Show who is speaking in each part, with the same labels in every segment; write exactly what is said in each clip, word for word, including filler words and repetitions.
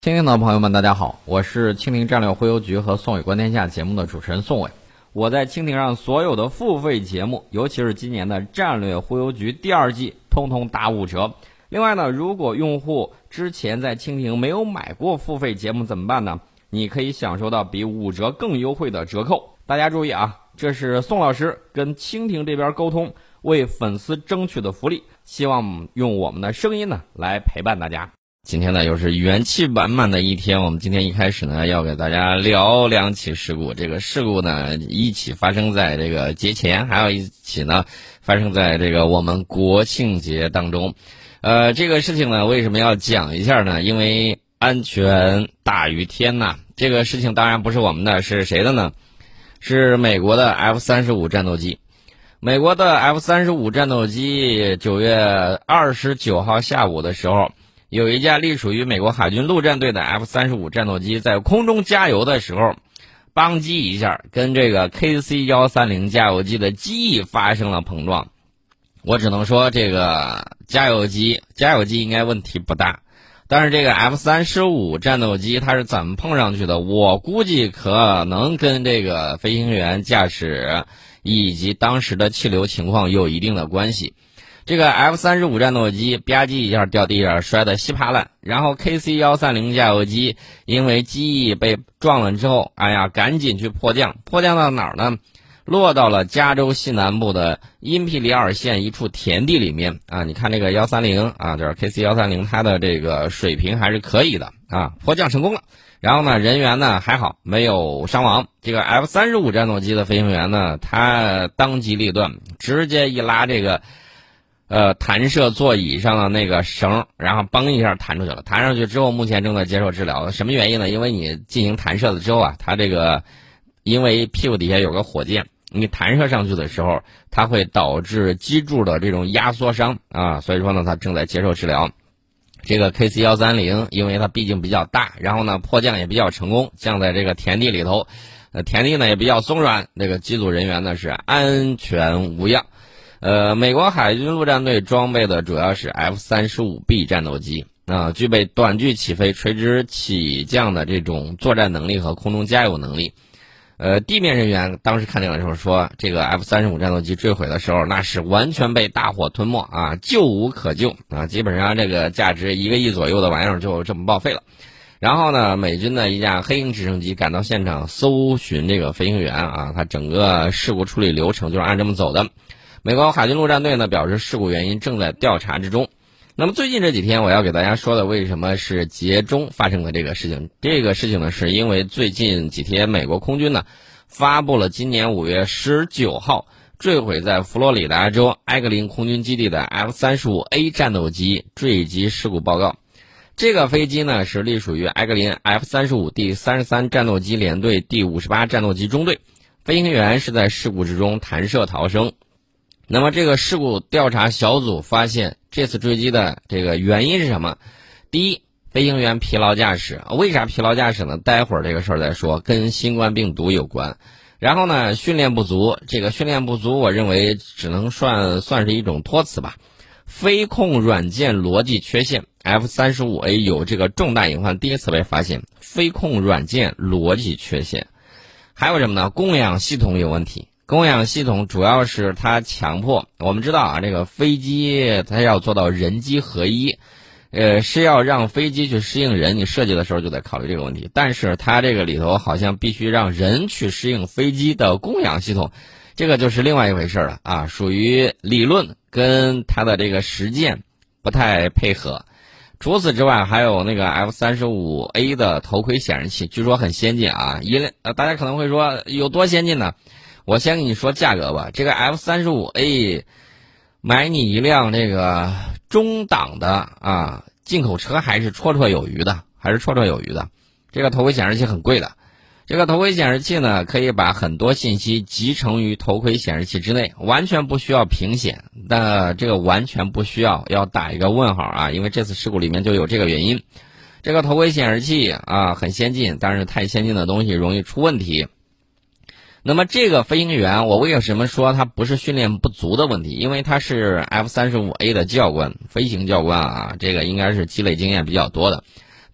Speaker 1: 蜻蜓的朋友们，大家好，我是蜻蜓战略忽悠局和宋伟观天下节目的主持人宋伟。我在蜻蜓上所有的付费节目，尤其是今年的战略忽悠局第二季，通通打五折。另外呢，如果用户之前在蜻蜓没有买过付费节目怎么办呢？你可以享受到比五折更优惠的折扣。大家注意啊，这是宋老师跟蜻蜓这边沟通，为粉丝争取的福利，希望用我们的声音呢来陪伴大家。今天呢又是元气满满的一天，我们今天一开始呢要给大家聊两起事故。这个事故呢一起发生在这个节前，还有一起呢发生在这个我们国庆节当中。呃，这个事情呢为什么要讲一下呢？因为安全大于天呐。这个事情当然不是我们的，是谁的呢？是美国的 F 三十五 战斗机。美国的 F 三十五 战斗机九月二十九号下午的时候，有一架隶属于美国海军陆战队的 F 三十五 战斗机在空中加油的时候，邦机一下跟这个 K C 一三零 加油机的机翼发生了碰撞。我只能说这个加油机加油机应该问题不大，但是这个 F 三十五 战斗机它是怎么碰上去的？我估计可能跟这个飞行员驾驶以及当时的气流情况有一定的关系。这个 F 三十五 战斗机吧唧一下掉地上，摔得稀巴烂，然后 K C 一三零 加油机因为机翼被撞了之后，哎呀，赶紧去迫降，迫降到哪儿呢？落到了加州西南部的因皮里尔县一处田地里面啊。你看这个一三零啊，就是 K C 一三零，它的这个水平还是可以的啊，迫降成功了。然后呢，人员呢还好，没有伤亡。这个 F 三十五 战斗机的飞行员呢，他当机立断，直接一拉这个呃弹射座椅上的那个绳，然后嘣一下弹出去了。弹上去之后，目前正在接受治疗。什么原因呢？因为你进行弹射了之后啊，它这个因为屁股底下有个火箭，你弹射上去的时候，它会导致脊柱的这种压缩伤啊，所以说呢，它正在接受治疗。这个 K C 一三零，因为它毕竟比较大，然后呢迫降也比较成功，降在这个田地里头，呃，田地呢也比较松软，这个机组人员呢是安全无恙。呃，美国海军陆战队装备的主要是 F 三十五 B 战斗机啊、呃，具备短距起飞、垂直起降的这种作战能力和空中加油能力。呃，地面人员当时看见的时候说，这个 F 三十五 战斗机坠毁的时候，那是完全被大火吞没啊，救无可救啊，基本上这个价值一个亿左右的玩意儿就这么报废了。然后呢，美军的一架黑鹰直升机赶到现场搜寻这个飞行员啊，它整个事故处理流程就是按这么走的。美国海军陆战队呢表示，事故原因正在调查之中。那么最近这几天我要给大家说的，为什么是节中发生的这个事情？这个事情呢，是因为最近几天美国空军呢发布了今年五月十九号坠毁在佛罗里达州埃格林空军基地的 F 三十五 A 战斗机坠机事故报告。这个飞机呢是隶属于埃格林 F 三十五 第三十三战斗机联队第五十八战斗机中队，飞行员是在事故之中弹射逃生。那么这个事故调查小组发现，这次坠机的这个原因是什么？第一，飞行员疲劳驾驶。为啥疲劳驾驶呢？待会儿这个事儿再说，跟新冠病毒有关。然后呢，训练不足。这个训练不足，我认为只能算算是一种托词吧。飞控软件逻辑缺陷 ，F 三十五 A 有这个重大隐患，第一次被发现，飞控软件逻辑缺陷。还有什么呢？供氧系统有问题。供氧系统主要是它强迫，我们知道啊，这个飞机它要做到人机合一，呃，是要让飞机去适应人，你设计的时候就得考虑这个问题。但是它这个里头好像必须让人去适应飞机的供氧系统，这个就是另外一回事了啊，属于理论跟它的这个实践不太配合。除此之外，还有那个 F 三十五 A 的头盔显示器，据说很先进啊，一呃，大家可能会说有多先进呢？我先跟你说价格吧，这个 F 三十五 A 买你一辆这个中档的啊进口车还是绰绰有余的，还是绰绰有余的。这个头盔显示器很贵的，这个头盔显示器呢可以把很多信息集成于头盔显示器之内，完全不需要屏显。但这个完全不需要要打一个问号啊，因为这次事故里面就有这个原因。这个头盔显示器啊很先进，但是太先进的东西容易出问题。那么这个飞行员，我为什么说他不是训练不足的问题？因为他是 F 三十五 A 的教官，飞行教官啊，这个应该是积累经验比较多的。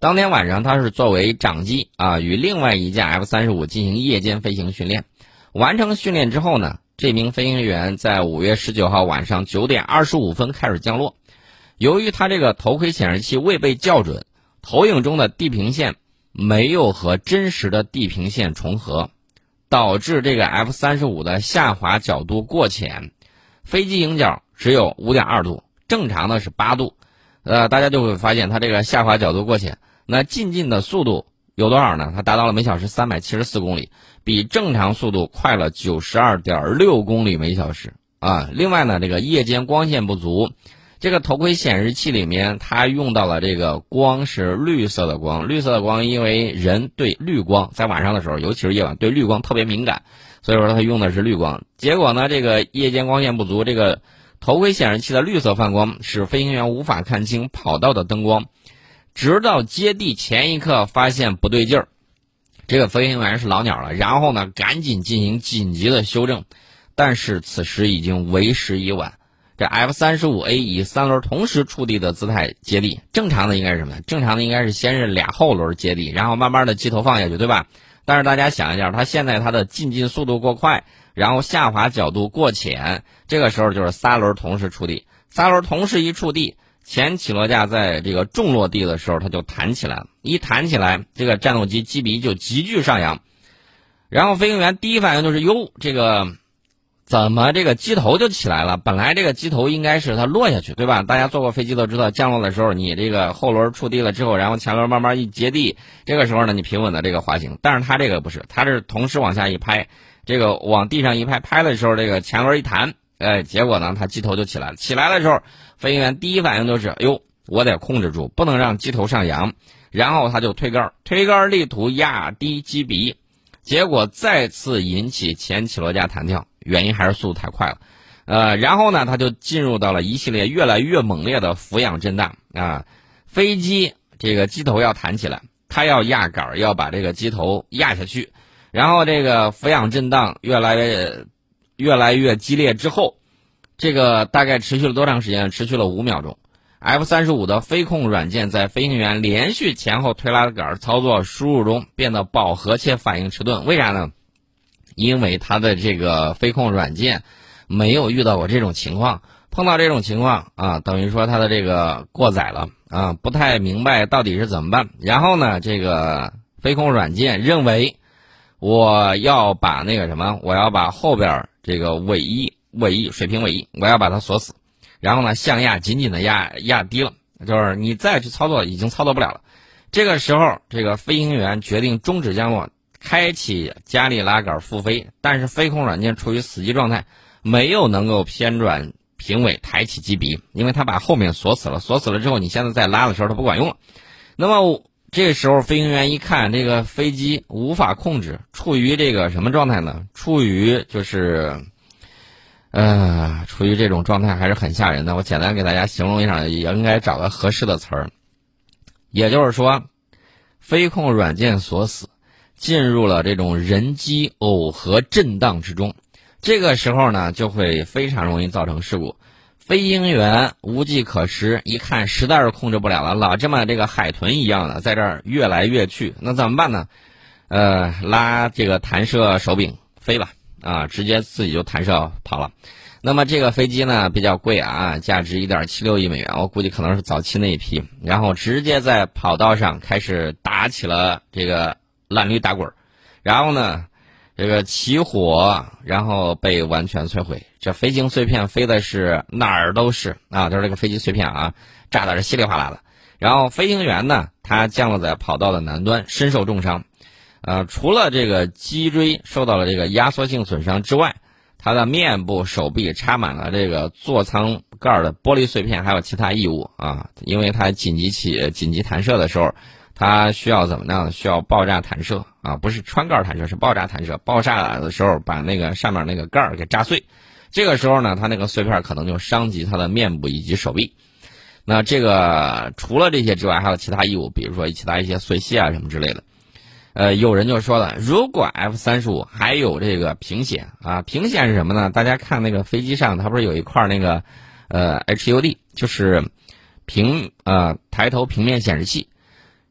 Speaker 1: 当天晚上，他是作为长机啊，与另外一架 F 三十五进行夜间飞行训练。完成训练之后呢，这名飞行员在五月十九号晚上九点二十五分开始降落。由于他这个头盔显示器未被校准，投影中的地平线没有和真实的地平线重合，导致这个 F 三十五的下滑角度过浅，飞机迎角只有 五点二度，正常的是八度。呃，大家就会发现它这个下滑角度过浅。那进近的速度有多少呢？它达到了每小时三百七十四公里，比正常速度快了 九十二点六公里每小时啊。另外呢，这个夜间光线不足，这个头盔显示器里面它用到了这个光是绿色的光，绿色的光因为人对绿光在晚上的时候，尤其是夜晚对绿光特别敏感，所以说它用的是绿光。结果呢，这个夜间光线不足，这个头盔显示器的绿色泛光使飞行员无法看清跑道的灯光。直到接地前一刻发现不对劲儿，这个飞行员是老鸟了，然后呢赶紧进行紧急的修正，但是此时已经为时已晚。这 F 三十五 A 以三轮同时触地的姿态接地，正常的应该是什么？正常的应该是先是俩后轮接地，然后慢慢的机头放下去，对吧？但是大家想一下，它现在它的进近速度过快，然后下滑角度过浅，这个时候就是三轮同时触地，三轮同时一触地，前起落架在这个重落地的时候，它就弹起来了。一弹起来，这个战斗机机鼻就急剧上扬。然后飞行员第一反应就是，哟，这个怎么这个机头就起来了？本来这个机头应该是它落下去，对吧？大家坐过飞机都知道，降落的时候，你这个后轮触地了之后，然后前轮慢慢一接地，这个时候呢，你平稳的这个滑行。但是它这个不是，它是同时往下一拍，这个往地上一拍，拍的时候，这个前轮一弹。哎，结果呢，他机头就起来了。起来的时候，飞行员第一反应就是，哎呦，我得控制住，不能让机头上扬。然后他就推杆，推杆力图压低机鼻，结果再次引起前起落架弹跳，原因还是速度太快了。呃，然后呢，他就进入到了一系列越来越猛烈的俯仰震荡啊，飞机这个机头要弹起来，他要压杆，要把这个机头压下去，然后这个俯仰震荡越来越。越来越激烈之后，这个大概持续了多长时间？持续了五秒钟。F 三十五 的飞控软件在飞行员连续前后推拉杆操作输入中变得饱和且反应迟钝。为啥呢？因为它的这个飞控软件没有遇到过这种情况，碰到这种情况啊，等于说它的这个过载了啊，不太明白到底是怎么办。然后呢，这个飞控软件认为我要把那个什么，我要把后边这个尾翼尾翼水平尾翼我要把它锁死，然后呢向压紧紧的压压低了，就是你再去操作已经操作不了了。这个时候这个飞行员决定终止降落，开启加力拉杆复飞，但是飞控软件处于死机状态，没有能够偏转平尾抬起机鼻，因为它把后面锁死了，锁死了之后你现在再拉的时候它不管用了。那么这个时候飞行员一看这个飞机无法控制，处于这个什么状态呢？处于就是呃处于这种状态还是很吓人的。我简单给大家形容一下，也应该找个合适的词儿。也就是说，飞控软件锁死，进入了这种人机耦合震荡之中。这个时候呢，就会非常容易造成事故。飞行员无计可施，一看实在是控制不了了，老这么这个海豚一样的在这儿越来越去，那怎么办呢？呃，拉这个弹射手柄飞吧，啊，直接自己就弹射跑了。那么这个飞机呢比较贵啊，价值 一点七六亿美元，我估计可能是早期那一批，然后直接在跑道上开始打起了这个烂驴打滚，然后呢这个起火，然后被完全摧毁。这飞行碎片飞的是哪儿都是啊，就是这个飞机碎片啊，炸的是稀里哗啦的。然后飞行员呢，他降落在跑道的南端，身受重伤。呃，除了这个脊椎受到了这个压缩性损伤之外，他的面部、手臂插满了这个座舱盖的玻璃碎片，还有其他异物啊。因为他紧急起紧急弹射的时候，它需要怎么样？需要爆炸弹射啊，不是穿盖弹射，是爆炸弹射。爆炸的时候把那个上面那个盖儿给炸碎，这个时候呢，它那个碎片可能就伤及它的面部以及手臂。那这个除了这些之外，还有其他异物，比如说其他一些碎屑啊什么之类的。呃，有人就说了，如果 F 三十五 还有这个屏显啊，屏显是什么呢？大家看那个飞机上，它不是有一块那个呃 H U D， 就是平呃抬头平面显示器。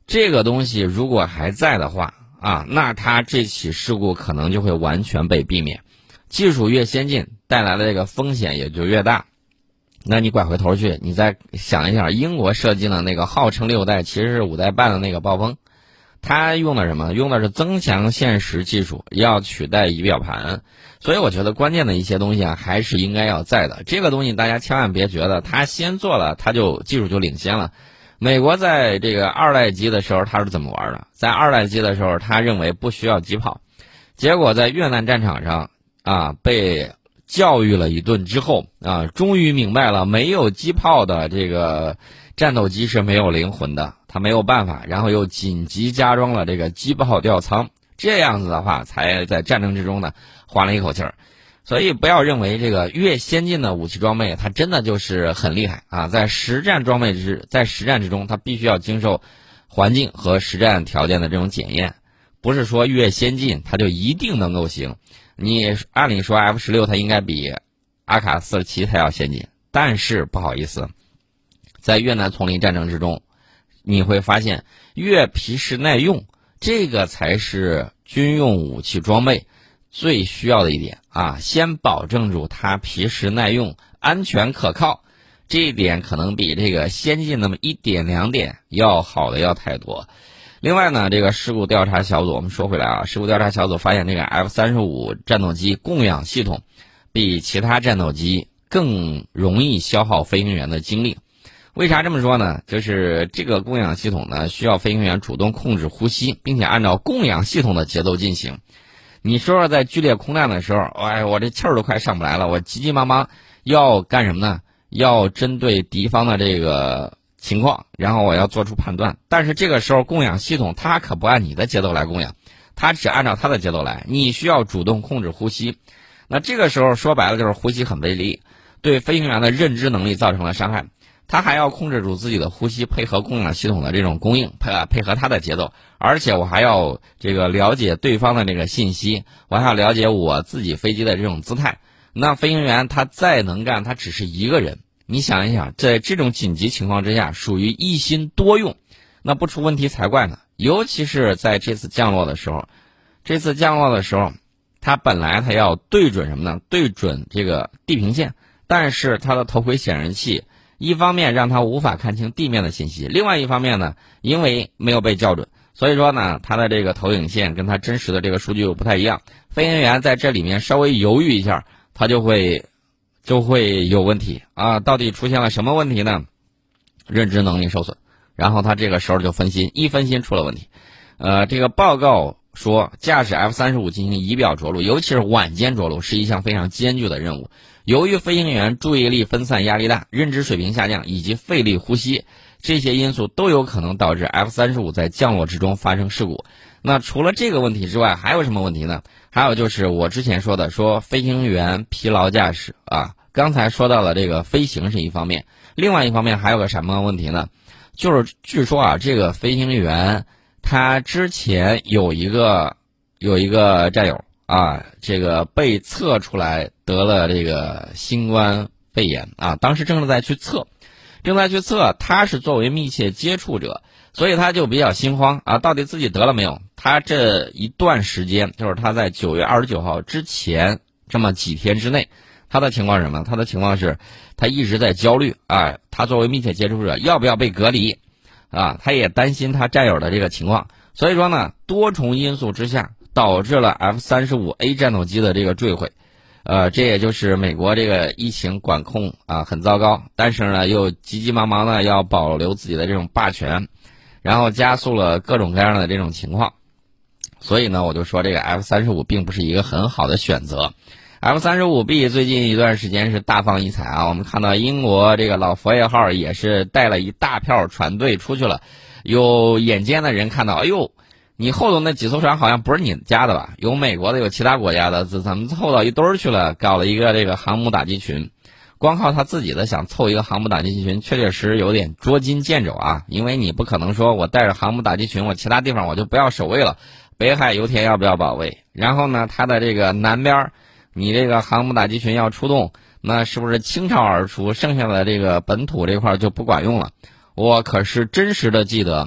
Speaker 1: 这个东西如果还在的话啊，那它这起事故可能就会完全被避免。技术越先进，带来的这个风险也就越大。那你拐回头去，你再想一想，英国设计的那个号称六代，其实是五代半的那个暴风，它用的什么？用的是增强现实技术，要取代仪表盘。所以我觉得关键的一些东西啊，还是应该要在的。这个东西大家千万别觉得它先做了，它就技术就领先了。美国在这个二代机的时候，它是怎么玩的？在二代机的时候，他认为不需要机炮，结果在越南战场上啊被教育了一顿之后啊，终于明白了没有机炮的这个战斗机是没有灵魂的，他没有办法，然后又紧急加装了这个机炮吊舱，这样子的话才在战争之中呢缓了一口气儿。所以不要认为这个越先进的武器装备它真的就是很厉害啊，在实战装备之在实战之中，它必须要经受环境和实战条件的这种检验，不是说越先进它就一定能够行。你按理说 F 十六 它应该比阿卡四十七它要先进，但是不好意思，在越南丛林战争之中，你会发现越皮实耐用，这个才是军用武器装备最需要的一点啊！先保证住它皮实耐用、安全可靠，这一点可能比这个先进那么一点两点要好的要太多。另外呢，这个事故调查小组，我们说回来啊，事故调查小组发现这个 F 三十五 战斗机供氧系统比其他战斗机更容易消耗飞行员的精力。为啥这么说呢？就是这个供氧系统呢，需要飞行员主动控制呼吸，并且按照供氧系统的节奏进行。你说说在剧烈空难的时候，哎，我这气儿都快上不来了，我急急忙忙要干什么呢？要针对敌方的这个情况，然后我要做出判断。但是这个时候供氧系统它可不按你的节奏来供氧，它只按照它的节奏来，你需要主动控制呼吸。那这个时候说白了就是呼吸很费力，对飞行员的认知能力造成了伤害。他还要控制住自己的呼吸，配合供氧系统的这种供应，配配合他的节奏，而且我还要这个了解对方的这个信息，我还要了解我自己飞机的这种姿态。那飞行员他再能干，他只是一个人。你想一想，在这种紧急情况之下，属于一心多用，那不出问题才怪呢。尤其是在这次降落的时候，这次降落的时候，他本来他要对准什么呢？对准这个地平线，但是他的头盔显示器一方面让他无法看清地面的信息，另外一方面呢，因为没有被校准，所以说呢，他的这个投影线跟他真实的这个数据又不太一样。飞行员在这里面稍微犹豫一下，他就会就会有问题啊！到底出现了什么问题呢？认知能力受损，然后他这个时候就分心，一分心出了问题。呃，这个报告说，驾驶 F 三十五 进行仪表着陆，尤其是晚间着陆，是一项非常艰巨的任务。由于飞行员注意力分散、压力大、认知水平下降以及费力呼吸，这些因素都有可能导致 F 三十五 在降落之中发生事故。那除了这个问题之外，还有什么问题呢？还有就是我之前说的，说飞行员疲劳驾驶啊。刚才说到了这个飞行是一方面，另外一方面还有个什么问题呢？就是据说啊，这个飞行员他之前有一个有一个战友啊，这个被测出来得了这个新冠肺炎啊，当时正在去测，正在去测，他是作为密切接触者，所以他就比较心慌啊，到底自己得了没有？他这一段时间，就是他在九月二十九号之前这么几天之内，他的情况是什么？他的情况是，他一直在焦虑啊，他作为密切接触者要不要被隔离啊？他也担心他战友的这个情况，所以说呢，多重因素之下，导致了 F 三十五 A 战斗机的这个坠毁。呃，这也就是美国这个疫情管控啊很糟糕，但是呢又急急忙忙的要保留自己的这种霸权，然后加速了各种各样的这种情况。所以呢，我就说这个 F 三十五 并不是一个很好的选择。F 三十五 B 最近一段时间是大放异彩啊，我们看到英国这个老佛爷号也是带了一大票船队出去了，有眼尖的人看到，哎呦，你后头那几艘船好像不是你家的吧？有美国的，有其他国家的，怎怎么凑到一堆儿去了？搞了一个这个航母打击群，光靠他自己的想凑一个航母打击群，确确实有点捉襟见肘啊！因为你不可能说我带着航母打击群，我其他地方我就不要守卫了。北海油田要不要保卫？然后呢，它的这个南边，你这个航母打击群要出动，那是不是倾巢而出？剩下的这个本土这块就不管用了？我可是真实的记得。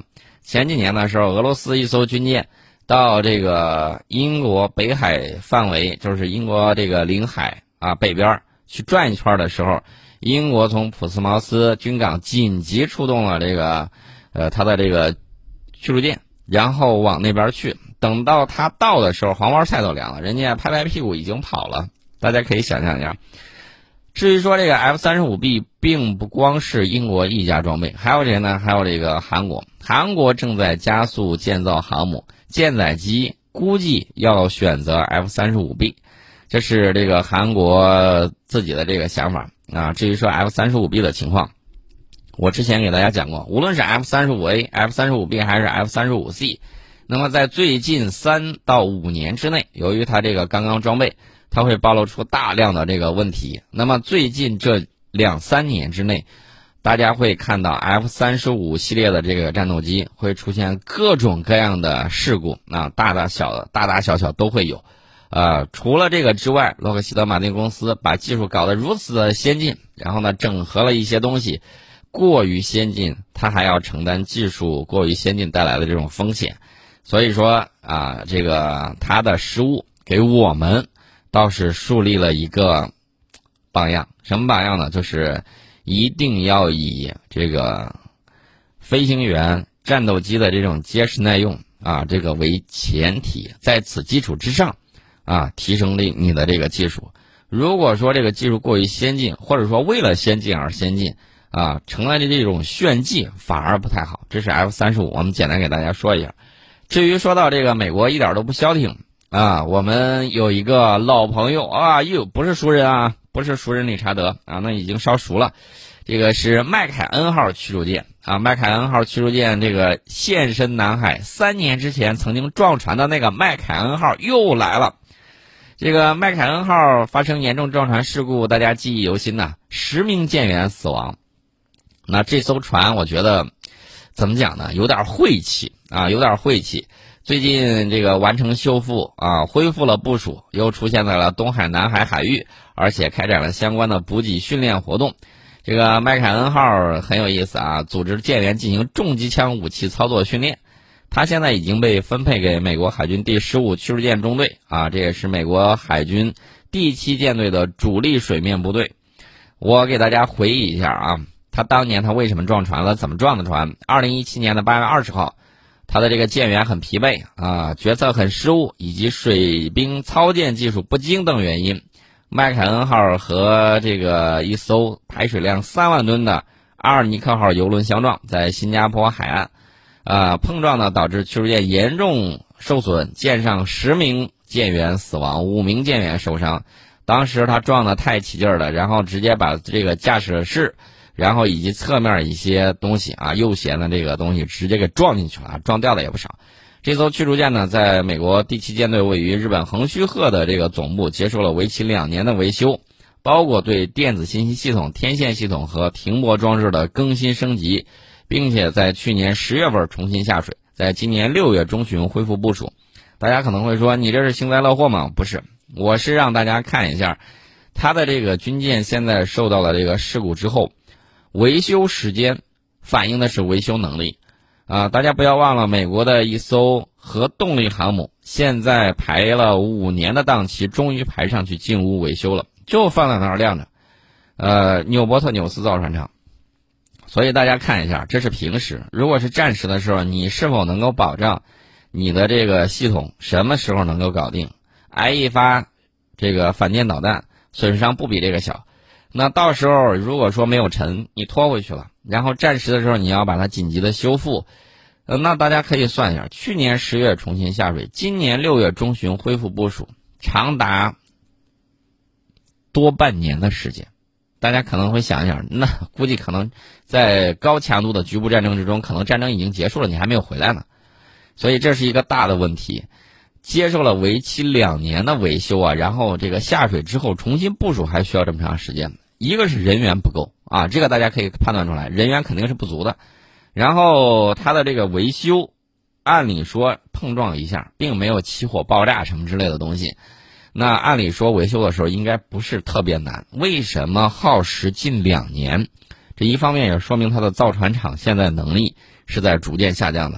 Speaker 1: 前几年的时候，俄罗斯一艘军舰到这个英国北海范围，就是英国这个领海啊北边去转一圈的时候，英国从普斯茅斯军港紧急出动了这个呃他的这个驱逐舰，然后往那边去。等到他到的时候，黄包菜都凉了，人家拍拍屁股已经跑了。大家可以想象一下。至于说这个 F 三十五 B 并不光是英国一家装备，还有谁呢？还有这个韩国。韩国正在加速建造航母，舰载机估计要选择 F 三十五 B， 这是这个韩国自己的这个想法啊。至于说 F 三十五 B 的情况，我之前给大家讲过，无论是 F 三十五 A、F 三十五 B 还是 F 三十五 C， 那么在最近三到五年之内，由于它这个刚刚装备，它会暴露出大量的这个问题。那么最近这两三年之内，大家会看到 F 三十五 系列的这个战斗机会出现各种各样的事故啊，大大小的大大小小都会有。呃，除了这个之外，洛克希德马丁公司把技术搞得如此的先进，然后呢整合了一些东西过于先进，它还要承担技术过于先进带来的这种风险。所以说啊，这个它的失误给我们倒是树立了一个榜样。什么榜样呢？就是一定要以这个飞行员战斗机的这种结实耐用啊，这个为前提，在此基础之上啊，提升你你的这个技术。如果说这个技术过于先进，或者说为了先进而先进啊，成了这种炫技，反而不太好。这是 F 三十五， 我们简单给大家说一下。至于说到这个美国一点都不消停啊，我们有一个老朋友啊，又不是熟人啊，不是熟人理查德啊，那已经烧熟了。这个是麦凯恩号驱逐舰啊，麦凯恩号驱逐舰这个现身南海，三年之前曾经撞船的那个麦凯恩号又来了。这个麦凯恩号发生严重撞船事故，大家记忆犹新呐，十名舰员死亡。那这艘船我觉得怎么讲呢？有点晦气啊，有点晦气。最近这个完成修复啊，恢复了部署，又出现在了东海、南海海域，而且开展了相关的补给训练活动。这个麦凯恩号很有意思啊，组织舰员进行重机枪武器操作训练。它现在已经被分配给美国海军第十五驱逐舰中队啊，这也是美国海军第七舰队的主力水面部队。我给大家回忆一下啊，他当年他为什么撞船了？怎么撞的船？二零一七年的八月二十号，他的这个舰员很疲惫啊，决策很失误，以及水兵操舰技术不精等原因，麦凯恩号和这个一艘排水量三万吨的阿尔尼克号油轮相撞，在新加坡海岸，啊，碰撞呢导致驱逐舰严重受损，舰上十名舰员死亡，五名舰员受伤。当时他撞得太起劲了，然后直接把这个驾驶室，然后以及侧面一些东西啊，右舷的这个东西直接给撞进去了，撞掉的也不少。这艘驱逐舰呢，在美国第七舰队位于日本横须贺的这个总部接受了为期两年的维修，包括对电子信息系统、天线系统和停泊装置的更新升级，并且在去年十月份重新下水，在今年六月中旬恢复部署。大家可能会说，你这是幸灾乐祸吗？不是，我是让大家看一下，它的这个军舰现在受到了这个事故之后，维修时间反映的是维修能力啊！大家不要忘了，美国的一艘核动力航母现在排了五年的档期，终于排上去进屋维修了，就放在那儿晾着。呃，纽伯特纽斯造船厂。所以大家看一下，这是平时，如果是战时的时候，你是否能够保障你的这个系统什么时候能够搞定？挨一发这个反舰导弹，损伤不比这个小。那到时候如果说没有沉，你拖回去了，然后战时的时候你要把它紧急的修复，呃，那大家可以算一下，去年十月重新下水，今年六月中旬恢复部署，长达多半年的时间。大家可能会想一想，那估计可能在高强度的局部战争之中，可能战争已经结束了，你还没有回来呢。所以这是一个大的问题。接受了为期两年的维修啊，然后这个下水之后重新部署还需要这么长时间。一个是人员不够啊，这个大家可以判断出来，人员肯定是不足的。然后它的这个维修，按理说碰撞一下，并没有起火爆炸什么之类的东西。那按理说维修的时候应该不是特别难，为什么耗时近两年？这一方面也说明它的造船厂现在能力是在逐渐下降的。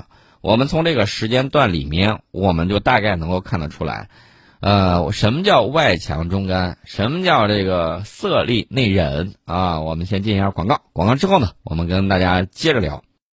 Speaker 1: 我们从这个时间段里面，我们就大概能够看得出来，呃，什么叫外强中干，什么叫这个色厉内荏啊？我们先进一下广告，广告之后呢，我们跟大家接着聊。